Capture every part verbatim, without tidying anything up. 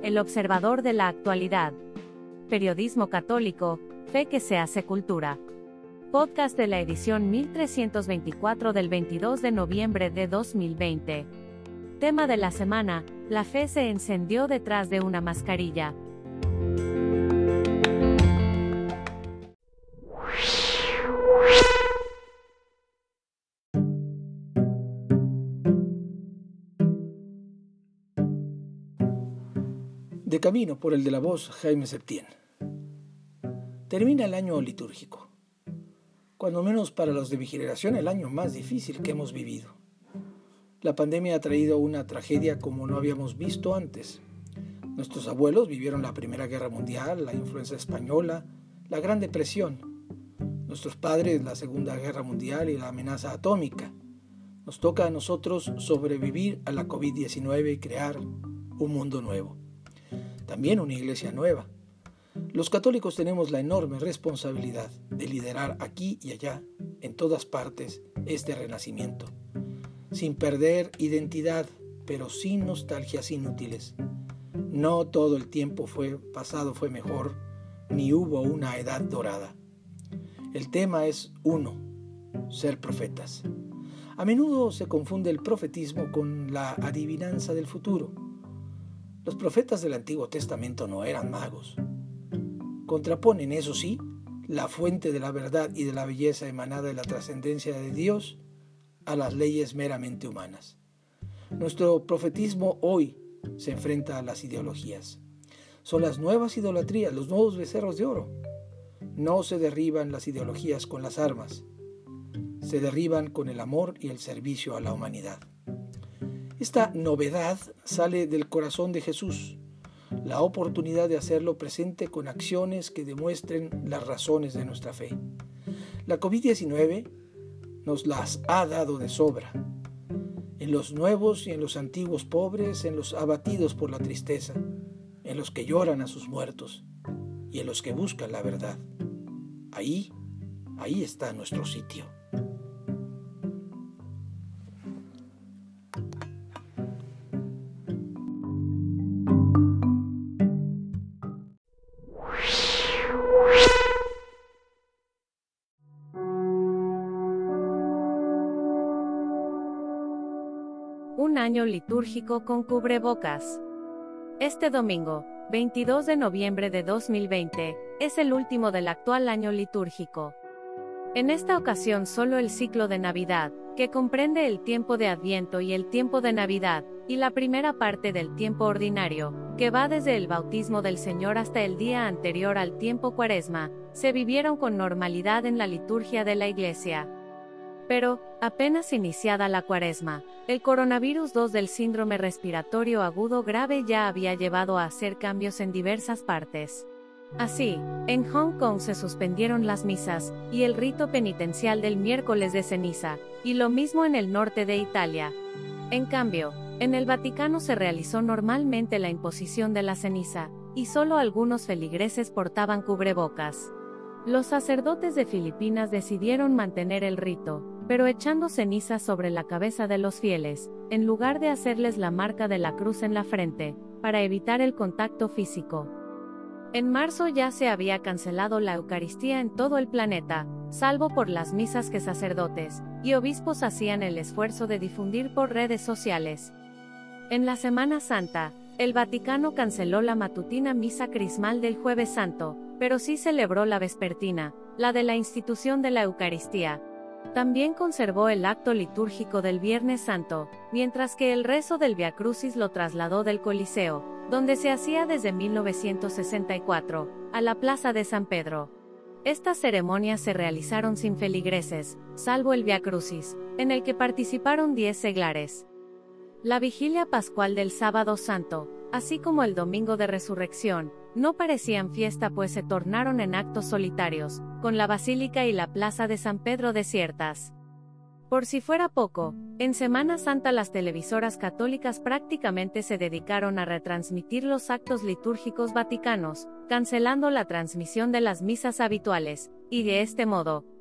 El observador de la actualidad. Periodismo católico, fe que se hace cultura. Podcast de la edición mil trescientos veinticuatro del veintidós de noviembre de dos mil veinte. Tema de la semana: la fe se encendió detrás de una mascarilla. De camino por el de la voz, Jaime Septién. Termina el año litúrgico, cuando menos para los de mi generación el año más difícil que hemos vivido. La pandemia ha traído una tragedia como no habíamos visto antes. Nuestros abuelos vivieron la Primera Guerra Mundial, la influenza española, la Gran Depresión. Nuestros padres la Segunda Guerra Mundial y la amenaza atómica. Nos toca a nosotros sobrevivir a la covid diecinueve y crear un mundo nuevo. También una iglesia nueva. Los católicos tenemos la enorme responsabilidad de liderar aquí y allá, en todas partes, este renacimiento, sin perder identidad, pero sin nostalgias inútiles. No todo el tiempo fue pasado fue mejor, ni hubo una edad dorada. El tema es uno: ser profetas. A menudo se confunde el profetismo con la adivinanza del futuro. Los profetas del Antiguo Testamento no eran magos. Contraponen, eso sí, la fuente de la verdad y de la belleza emanada de la trascendencia de Dios a las leyes meramente humanas. Nuestro profetismo hoy se enfrenta a las ideologías. Son las nuevas idolatrías, los nuevos becerros de oro. No se derriban las ideologías con las armas. Se derriban con el amor y el servicio a la humanidad. Esta novedad sale del corazón de Jesús, la oportunidad de hacerlo presente con acciones que demuestren las razones de nuestra fe. La covid diecinueve nos las ha dado de sobra, en los nuevos y en los antiguos pobres, en los abatidos por la tristeza, en los que lloran a sus muertos y en los que buscan la verdad. Ahí, ahí está nuestro sitio. Un año litúrgico con cubrebocas. Este domingo, veintidós de noviembre de dos mil veinte, es el último del actual año litúrgico. En esta ocasión solo el ciclo de Navidad, que comprende el tiempo de Adviento y el tiempo de Navidad, y la primera parte del tiempo ordinario, que va desde el bautismo del Señor hasta el día anterior al tiempo Cuaresma, se vivieron con normalidad en la liturgia de la Iglesia. Pero, apenas iniciada la Cuaresma, el coronavirus dos del síndrome respiratorio agudo grave ya había llevado a hacer cambios en diversas partes. Así, en Hong Kong se suspendieron las misas y el rito penitencial del miércoles de ceniza, y lo mismo en el norte de Italia. En cambio, en el Vaticano se realizó normalmente la imposición de la ceniza, y solo algunos feligreses portaban cubrebocas. Los sacerdotes de Filipinas decidieron mantener el rito, pero echando ceniza sobre la cabeza de los fieles, en lugar de hacerles la marca de la cruz en la frente, para evitar el contacto físico. En marzo ya se había cancelado la Eucaristía en todo el planeta, salvo por las misas que sacerdotes y obispos hacían el esfuerzo de difundir por redes sociales. En la Semana Santa, el Vaticano canceló la matutina misa crismal del Jueves Santo, pero sí celebró la vespertina, la de la institución de la Eucaristía. También conservó el acto litúrgico del Viernes Santo, mientras que el rezo del Via Crucis lo trasladó del Coliseo, donde se hacía desde mil novecientos sesenta y cuatro, a la Plaza de San Pedro. Estas ceremonias se realizaron sin feligreses, salvo el Via Crucis, en el que participaron diez seglares. La vigilia pascual del Sábado Santo, así como el Domingo de Resurrección, no parecían fiesta pues se tornaron en actos solitarios, con la Basílica y la Plaza de San Pedro desiertas. Por si fuera poco, en Semana Santa las televisoras católicas prácticamente se dedicaron a retransmitir los actos litúrgicos vaticanos, cancelando la transmisión de las misas habituales, y de este modo,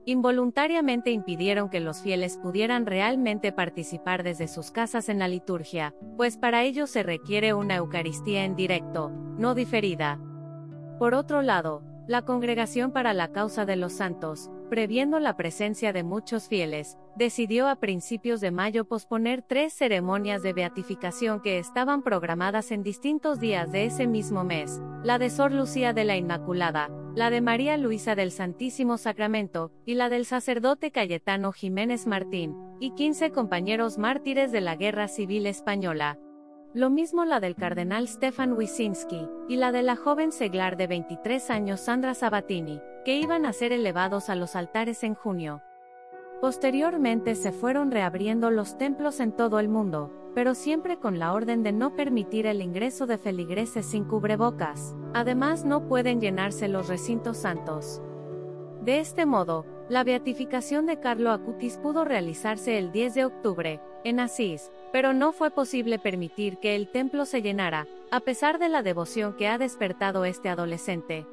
involuntariamente impidieron que los fieles pudieran realmente participar desde sus casas en la liturgia, pues para ello se requiere una Eucaristía en directo, no diferida. Por otro lado, la Congregación para la Causa de los Santos, previendo la presencia de muchos fieles, decidió a principios de mayo posponer tres ceremonias de beatificación que estaban programadas en distintos días de ese mismo mes: la de Sor Lucía de la Inmaculada, la de María Luisa del Santísimo Sacramento, y la del sacerdote Cayetano Jiménez Martín, y quince compañeros mártires de la Guerra Civil Española. Lo mismo la del cardenal Stefan Wyszynski, y la de la joven seglar de veintitrés años Sandra Sabatini, que iban a ser elevados a los altares en junio. Posteriormente se fueron reabriendo los templos en todo el mundo, pero siempre con la orden de no permitir el ingreso de feligreses sin cubrebocas. Además, no pueden llenarse los recintos santos. De este modo, la beatificación de Carlo Acutis pudo realizarse el diez de octubre, en Asís, pero no fue posible permitir que el templo se llenara, a pesar de la devoción que ha despertado este adolescente.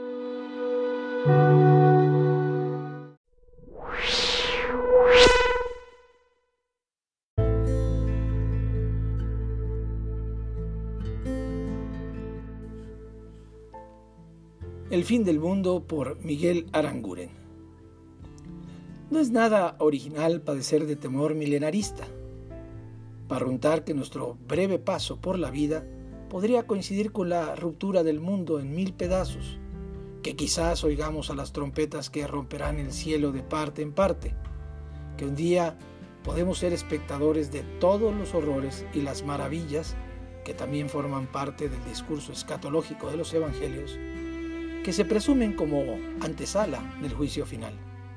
El fin del mundo por Miguel Aranguren. No es nada original padecer de temor milenarista. Barruntar que nuestro breve paso por la vida podría coincidir con la ruptura del mundo en mil pedazos, que quizás oigamos a las trompetas que romperán el cielo de parte en parte, que un día podemos ser espectadores de todos los horrores y las maravillas que también forman parte del discurso escatológico de los evangelios, que se presumen como antesala del juicio final.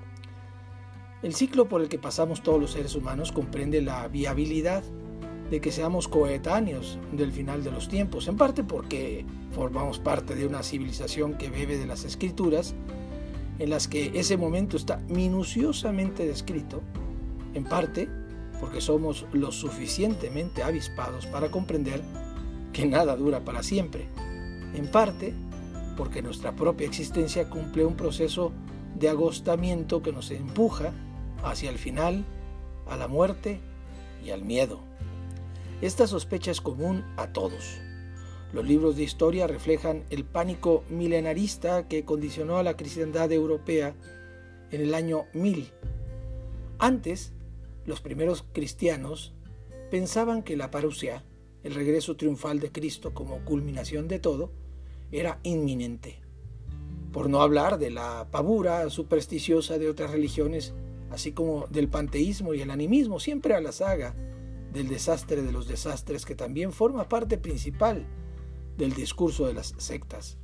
El ciclo por el que pasamos todos los seres humanos comprende la viabilidad de que seamos coetáneos del final de los tiempos, en parte porque formamos parte de una civilización que bebe de las escrituras, en las que ese momento está minuciosamente descrito, en parte porque somos lo suficientemente avispados para comprender que nada dura para siempre, en parte porque nuestra propia existencia cumple un proceso de agostamiento que nos empuja hacia el final, a la muerte y al miedo. Esta sospecha es común a todos. Los libros de historia reflejan el pánico milenarista que condicionó a la cristiandad europea en el año mil. Antes, los primeros cristianos pensaban que la parusia, el regreso triunfal de Cristo como culminación de todo, era inminente. Por no hablar de la pavura supersticiosa de otras religiones, así como del panteísmo y el animismo, siempre a la saga del desastre de los desastres, que también forma parte principal del discurso de las sectas.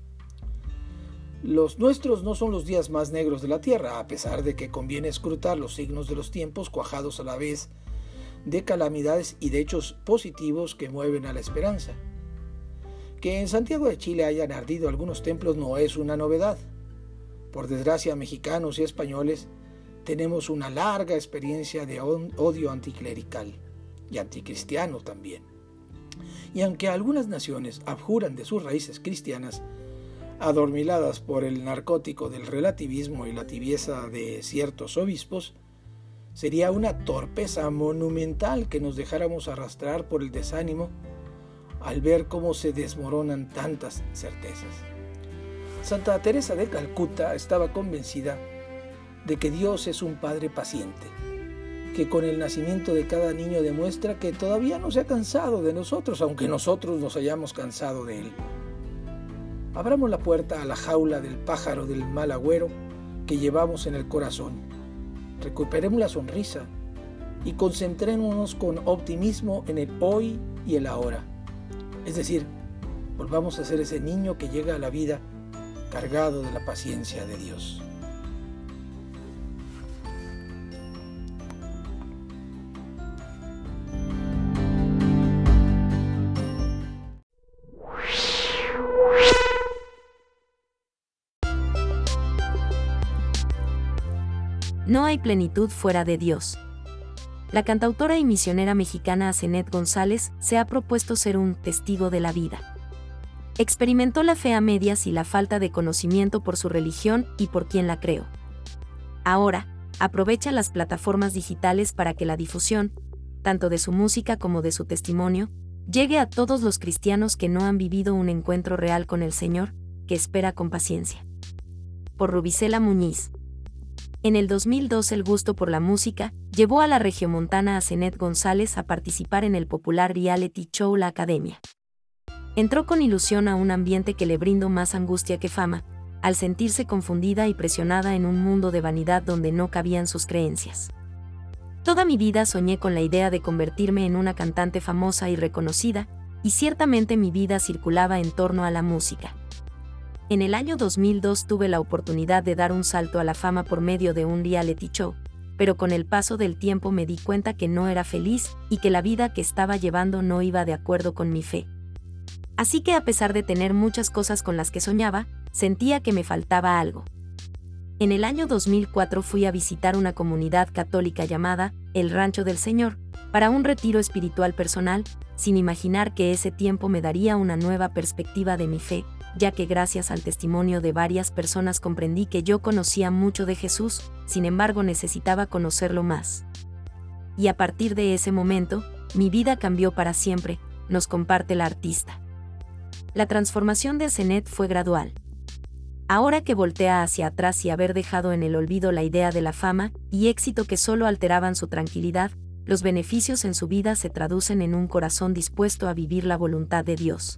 Los nuestros no son los días más negros de la tierra, a pesar de que conviene escrutar los signos de los tiempos, cuajados a la vez de calamidades y de hechos positivos que mueven a la esperanza. Que en Santiago de Chile hayan ardido algunos templos no es una novedad. Por desgracia, mexicanos y españoles tenemos una larga experiencia de odio anticlerical y anticristiano también. Y aunque algunas naciones abjuran de sus raíces cristianas, adormiladas por el narcótico del relativismo y la tibieza de ciertos obispos, sería una torpeza monumental que nos dejáramos arrastrar por el desánimo al ver cómo se desmoronan tantas certezas. Santa Teresa de Calcuta estaba convencida de que Dios es un Padre paciente, que con el nacimiento de cada niño demuestra que todavía no se ha cansado de nosotros, aunque nosotros nos hayamos cansado de Él. Abramos la puerta a la jaula del pájaro del mal agüero que llevamos en el corazón. Recuperemos la sonrisa y concentrémonos con optimismo en el hoy y el ahora. Es decir, volvamos a ser ese niño que llega a la vida cargado de la paciencia de Dios. No hay plenitud fuera de Dios. La cantautora y misionera mexicana Zenet González se ha propuesto ser un testigo de la vida. Experimentó la fe a medias y la falta de conocimiento por su religión y por quien la creó. Ahora, aprovecha las plataformas digitales para que la difusión, tanto de su música como de su testimonio, llegue a todos los cristianos que no han vivido un encuentro real con el Señor, que espera con paciencia. Por Rubicela Muñiz. En el dos mil dos el gusto por la música llevó a la regiomontana Asenet González a participar en el popular reality show La Academia. Entró con ilusión a un ambiente que le brindó más angustia que fama, al sentirse confundida y presionada en un mundo de vanidad donde no cabían sus creencias. Toda mi vida soñé con la idea de convertirme en una cantante famosa y reconocida, y ciertamente mi vida circulaba en torno a la música. En el año dos mil dos tuve la oportunidad de dar un salto a la fama por medio de un reality show, pero con el paso del tiempo me di cuenta que no era feliz y que la vida que estaba llevando no iba de acuerdo con mi fe. Así que a pesar de tener muchas cosas con las que soñaba, sentía que me faltaba algo. En el año dos mil cuatro fui a visitar una comunidad católica llamada El Rancho del Señor, para un retiro espiritual personal, sin imaginar que ese tiempo me daría una nueva perspectiva de mi fe, ya que gracias al testimonio de varias personas comprendí que yo conocía mucho de Jesús, sin embargo necesitaba conocerlo más. Y a partir de ese momento, mi vida cambió para siempre, nos comparte la artista. La transformación de Asenet fue gradual. Ahora que voltea hacia atrás y haber dejado en el olvido la idea de la fama y éxito que solo alteraban su tranquilidad, los beneficios en su vida se traducen en un corazón dispuesto a vivir la voluntad de Dios.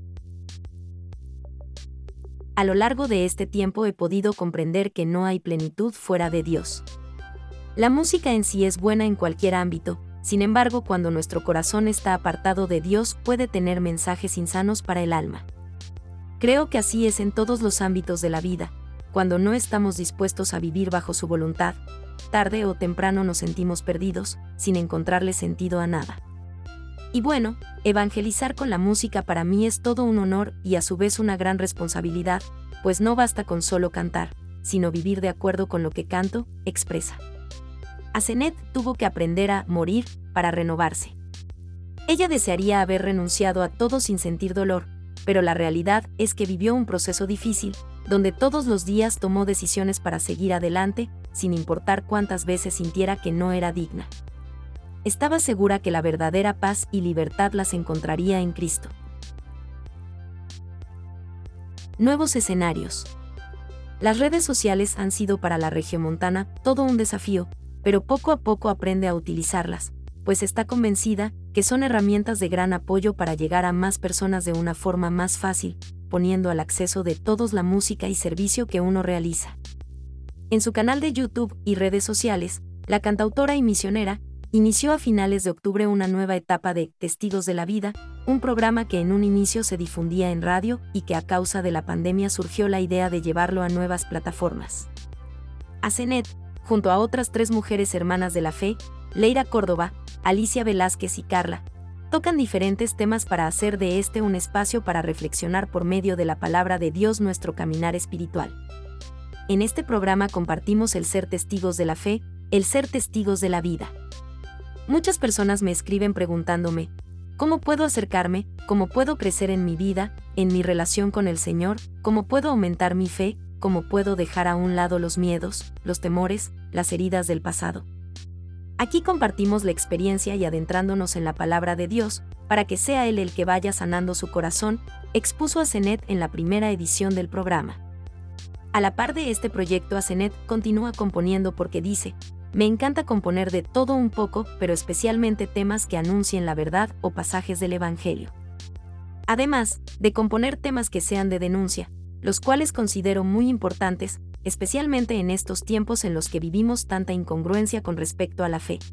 A lo largo de este tiempo he podido comprender que no hay plenitud fuera de Dios. La música en sí es buena en cualquier ámbito, sin embargo, cuando nuestro corazón está apartado de Dios puede tener mensajes insanos para el alma. Creo que así es en todos los ámbitos de la vida, cuando no estamos dispuestos a vivir bajo su voluntad, tarde o temprano nos sentimos perdidos, sin encontrarle sentido a nada. Y bueno, evangelizar con la música para mí es todo un honor y a su vez una gran responsabilidad, pues no basta con solo cantar, sino vivir de acuerdo con lo que canto, expresa. Asenet tuvo que aprender a morir para renovarse. Ella desearía haber renunciado a todo sin sentir dolor, pero la realidad es que vivió un proceso difícil, donde todos los días tomó decisiones para seguir adelante, sin importar cuántas veces sintiera que no era digna. Estaba segura que la verdadera paz y libertad las encontraría en Cristo. Nuevos escenarios. Las redes sociales han sido para la regiomontana todo un desafío, pero poco a poco aprende a utilizarlas, pues está convencida que son herramientas de gran apoyo para llegar a más personas de una forma más fácil, poniendo al acceso de todos la música y servicio que uno realiza. En su canal de YouTube y redes sociales, la cantautora y misionera inició a finales de octubre una nueva etapa de Testigos de la Vida, un programa que en un inicio se difundía en radio y que a causa de la pandemia surgió la idea de llevarlo a nuevas plataformas. Asenet, junto a otras tres mujeres hermanas de la fe, Leira Córdoba, Alicia Velázquez y Carla, tocan diferentes temas para hacer de este un espacio para reflexionar por medio de la palabra de Dios nuestro caminar espiritual. En este programa compartimos el ser testigos de la fe, el ser testigos de la vida. Muchas personas me escriben preguntándome, ¿cómo puedo acercarme? ¿Cómo puedo crecer en mi vida, en mi relación con el Señor? ¿Cómo puedo aumentar mi fe? ¿Cómo puedo dejar a un lado los miedos, los temores, las heridas del pasado? Aquí compartimos la experiencia y adentrándonos en la palabra de Dios, para que sea Él el que vaya sanando su corazón, expuso Asenet en la primera edición del programa. A la par de este proyecto, Asenet continúa componiendo porque dice, me encanta componer de todo un poco, pero especialmente temas que anuncien la verdad o pasajes del Evangelio. Además, de componer temas que sean de denuncia, los cuales considero muy importantes, especialmente en estos tiempos en los que vivimos tanta incongruencia con respecto a la fe.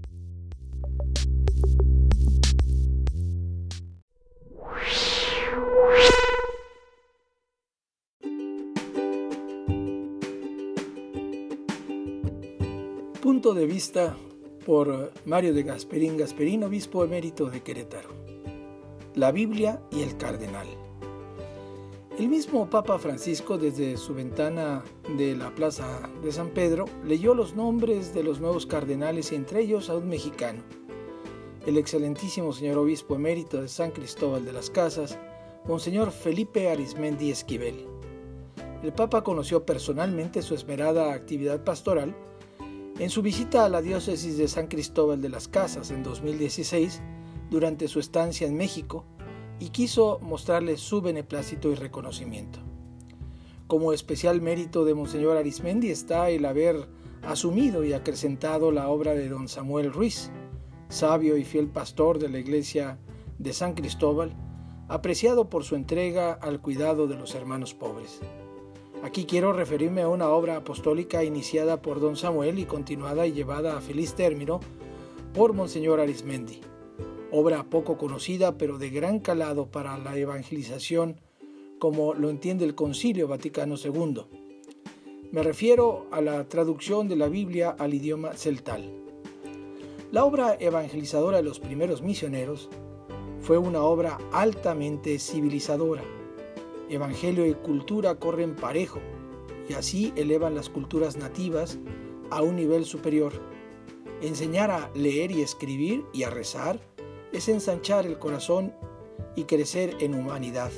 Punto de vista por Mario de Gasperín Gasperín, obispo emérito de Querétaro. La Biblia y el cardenal. El mismo Papa Francisco, desde su ventana de la Plaza de San Pedro, leyó los nombres de los nuevos cardenales y entre ellos a un mexicano, el excelentísimo señor obispo emérito de San Cristóbal de las Casas, Monseñor Felipe Arizmendi Esquivel. El Papa conoció personalmente su esmerada actividad pastoral, En su visita a la diócesis de San Cristóbal de las Casas en dos mil dieciséis, durante su estancia en México, y quiso mostrarle su beneplácito y reconocimiento. Como especial mérito de Monseñor Arizmendi está el haber asumido y acrecentado la obra de don Samuel Ruiz, sabio y fiel pastor de la iglesia de San Cristóbal, apreciado por su entrega al cuidado de los hermanos pobres. Aquí quiero referirme a una obra apostólica iniciada por don Samuel y continuada y llevada a feliz término por Monseñor Arizmendi, obra poco conocida pero de gran calado para la evangelización, como lo entiende el Concilio Vaticano segundo. Me refiero a la traducción de la Biblia al idioma celtal. La obra evangelizadora de los primeros misioneros fue una obra altamente civilizadora. Evangelio y cultura corren parejo, y así elevan las culturas nativas a un nivel superior. Enseñar a leer y escribir y a rezar es ensanchar el corazón y crecer en humanidad.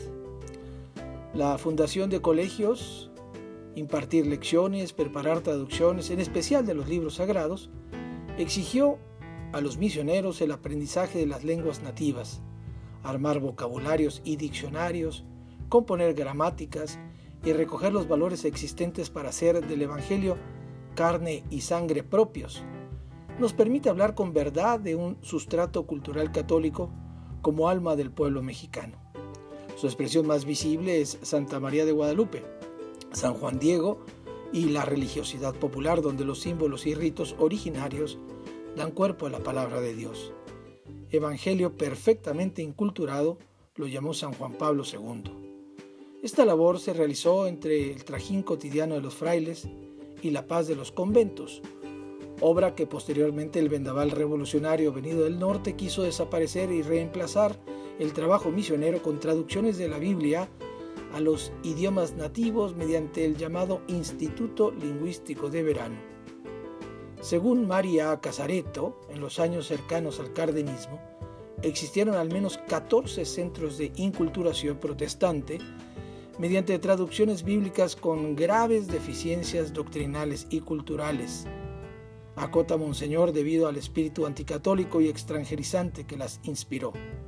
La fundación de colegios, impartir lecciones, preparar traducciones, en especial de los libros sagrados, exigió a los misioneros el aprendizaje de las lenguas nativas, armar vocabularios y diccionarios, componer gramáticas y recoger los valores existentes para hacer del Evangelio carne y sangre propios. Nos permite hablar con verdad de un sustrato cultural católico como alma del pueblo mexicano. Su expresión más visible es Santa María de Guadalupe, San Juan Diego y la religiosidad popular, donde los símbolos y ritos originarios dan cuerpo a la palabra de Dios. Evangelio perfectamente inculturado, lo llamó San Juan Pablo segundo. Esta labor se realizó entre el trajín cotidiano de los frailes y la paz de los conventos, obra que posteriormente el vendaval revolucionario venido del norte quiso desaparecer y reemplazar el trabajo misionero con traducciones de la Biblia a los idiomas nativos mediante el llamado Instituto Lingüístico de Verano. Según María Casareto, en los años cercanos al cardenismo, existieron al menos catorce centros de inculturación protestante mediante traducciones bíblicas con graves deficiencias doctrinales y culturales. Acota Monseñor debido al espíritu anticatólico y extranjerizante que las inspiró.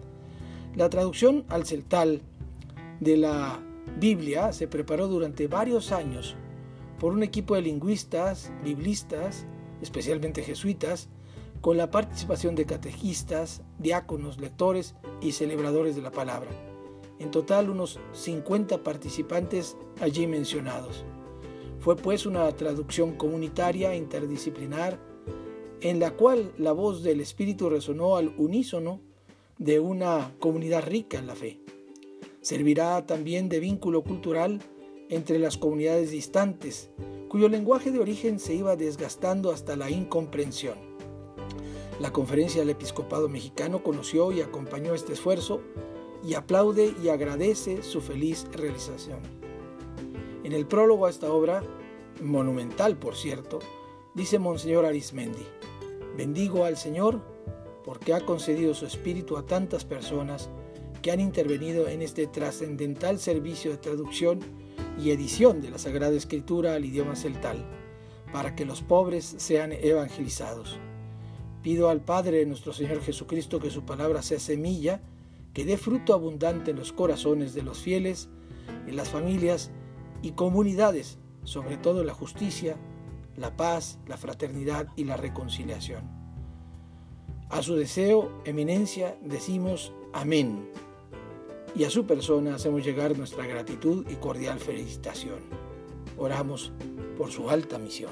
La traducción al celtal de la Biblia se preparó durante varios años por un equipo de lingüistas, biblistas, especialmente jesuitas, con la participación de catequistas, diáconos, lectores y celebradores de la palabra. En total, unos cincuenta participantes allí mencionados. Fue pues una traducción comunitaria interdisciplinar en la cual la voz del Espíritu resonó al unísono de una comunidad rica en la fe. Servirá también de vínculo cultural entre las comunidades distantes, cuyo lenguaje de origen se iba desgastando hasta la incomprensión. La Conferencia del Episcopado Mexicano conoció y acompañó este esfuerzo y aplaude y agradece su feliz realización. En el prólogo a esta obra, monumental por cierto, dice Monseñor Arizmendi: bendigo al Señor porque ha concedido su espíritu a tantas personas que han intervenido en este trascendental servicio de traducción y edición de la Sagrada Escritura al idioma celtal, para que los pobres sean evangelizados. Pido al Padre de nuestro Señor Jesucristo que su palabra sea semilla, que dé fruto abundante en los corazones de los fieles, en las familias y comunidades, sobre todo la justicia, la paz, la fraternidad y la reconciliación. A su deseo, eminencia, decimos amén. Y a su persona hacemos llegar nuestra gratitud y cordial felicitación. Oramos por su alta misión.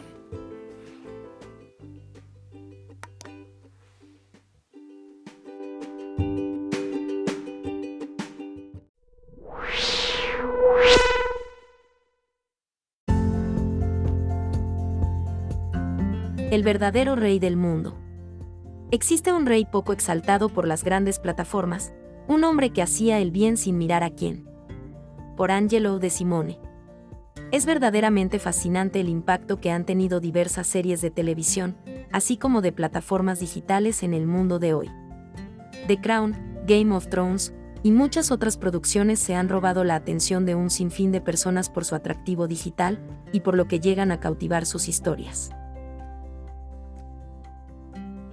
El verdadero rey del mundo. Existe un rey poco exaltado por las grandes plataformas, un hombre que hacía el bien sin mirar a quién. Por Angelo de Simone. Es verdaderamente fascinante el impacto que han tenido diversas series de televisión, así como de plataformas digitales en el mundo de hoy. The Crown, Game of Thrones y muchas otras producciones se han robado la atención de un sinfín de personas por su atractivo digital y por lo que llegan a cautivar sus historias.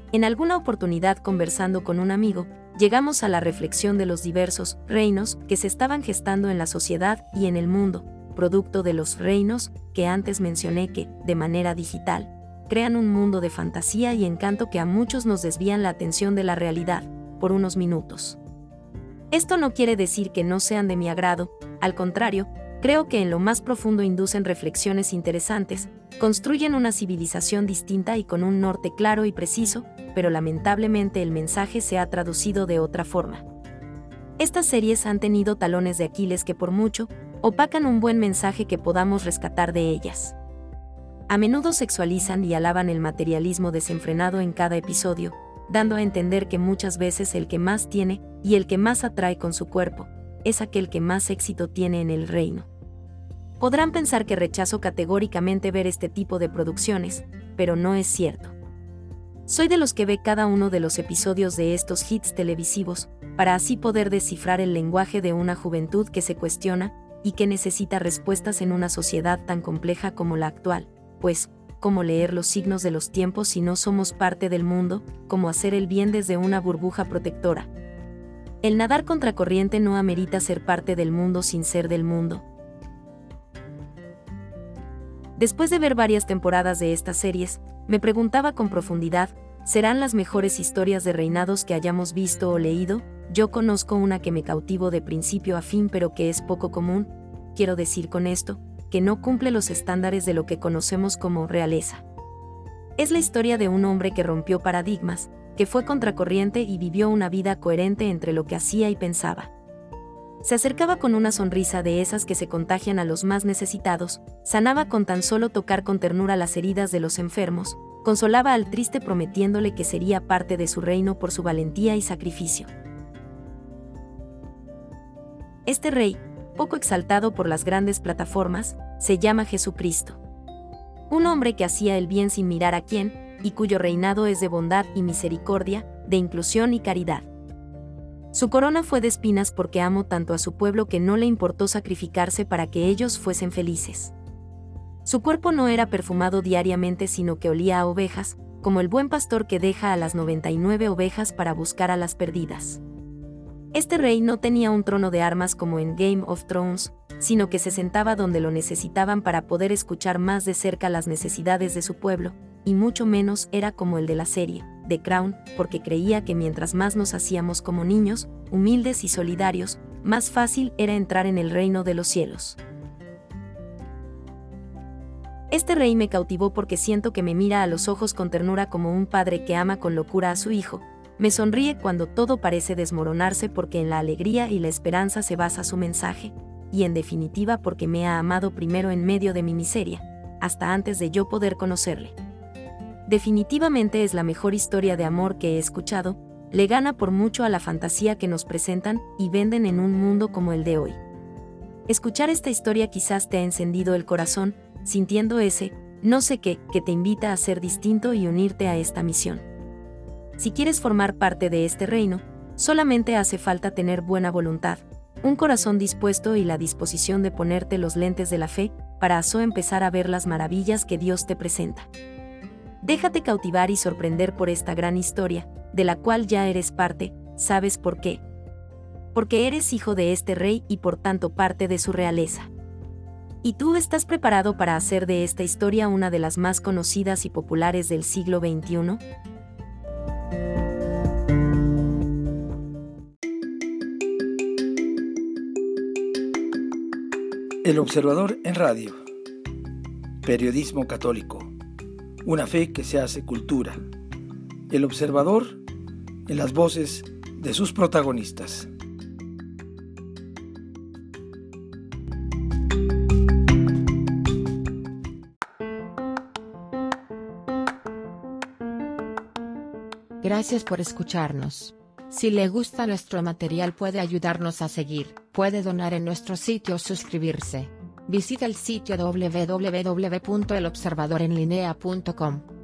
En alguna oportunidad conversando con un amigo, llegamos a la reflexión de los diversos reinos que se estaban gestando en la sociedad y en el mundo, producto de los reinos que antes mencioné que, de manera digital, crean un mundo de fantasía y encanto que a muchos nos desvían la atención de la realidad, por unos minutos. Esto no quiere decir que no sean de mi agrado, al contrario, creo que en lo más profundo inducen reflexiones interesantes, construyen una civilización distinta y con un norte claro y preciso, pero lamentablemente el mensaje se ha traducido de otra forma. Estas series han tenido talones de Aquiles que por mucho, opacan un buen mensaje que podamos rescatar de ellas. A menudo sexualizan y alaban el materialismo desenfrenado en cada episodio, dando a entender que muchas veces el que más tiene, y el que más atrae con su cuerpo, es aquel que más éxito tiene en el reino. Podrán pensar que rechazo categóricamente ver este tipo de producciones, pero no es cierto. Soy de los que ve cada uno de los episodios de estos hits televisivos, para así poder descifrar el lenguaje de una juventud que se cuestiona, y que necesita respuestas en una sociedad tan compleja como la actual, pues, ¿cómo leer los signos de los tiempos si no somos parte del mundo? ¿Cómo hacer el bien desde una burbuja protectora? El nadar contracorriente no amerita ser parte del mundo sin ser del mundo. Después de ver varias temporadas de estas series, me preguntaba con profundidad, ¿serán las mejores historias de reinados que hayamos visto o leído? Yo conozco una que me cautivó de principio a fin pero que es poco común, quiero decir con esto, que no cumple los estándares de lo que conocemos como realeza. Es la historia de un hombre que rompió paradigmas, que fue contracorriente y vivió una vida coherente entre lo que hacía y pensaba. Se acercaba con una sonrisa de esas que se contagian a los más necesitados, sanaba con tan solo tocar con ternura las heridas de los enfermos, consolaba al triste prometiéndole que sería parte de su reino por su valentía y sacrificio. Este rey, poco exaltado por las grandes plataformas, se llama Jesucristo. Un hombre que hacía el bien sin mirar a quién, y cuyo reinado es de bondad y misericordia, de inclusión y caridad. Su corona fue de espinas porque amó tanto a su pueblo que no le importó sacrificarse para que ellos fuesen felices. Su cuerpo no era perfumado diariamente sino que olía a ovejas, como el buen pastor que deja a las noventa y nueve ovejas para buscar a las perdidas. Este rey no tenía un trono de armas como en Game of Thrones, sino que se sentaba donde lo necesitaban para poder escuchar más de cerca las necesidades de su pueblo, y mucho menos era como el de la serie, The Crown, porque creía que mientras más nos hacíamos como niños, humildes y solidarios, más fácil era entrar en el reino de los cielos. Este rey me cautivó porque siento que me mira a los ojos con ternura como un padre que ama con locura a su hijo, me sonríe cuando todo parece desmoronarse porque en la alegría y la esperanza se basa su mensaje, y en definitiva porque me ha amado primero en medio de mi miseria, hasta antes de yo poder conocerle. Definitivamente es la mejor historia de amor que he escuchado, le gana por mucho a la fantasía que nos presentan y venden en un mundo como el de hoy. Escuchar esta historia quizás te ha encendido el corazón, sintiendo ese, no sé qué, que te invita a ser distinto y unirte a esta misión. Si quieres formar parte de este reino, solamente hace falta tener buena voluntad, un corazón dispuesto y la disposición de ponerte los lentes de la fe, para así empezar a ver las maravillas que Dios te presenta. Déjate cautivar y sorprender por esta gran historia, de la cual ya eres parte, ¿sabes por qué? Porque eres hijo de este rey y por tanto parte de su realeza. ¿Y tú estás preparado para hacer de esta historia una de las más conocidas y populares del siglo veintiuno? El Observador en radio. Periodismo católico. Una fe que se hace cultura. El Observador en las voces de sus protagonistas. Gracias por escucharnos. Si le gusta nuestro material puede ayudarnos a seguir, puede donar en nuestro sitio o suscribirse. Visita el sitio doble u doble u doble u punto el observador en linea punto com.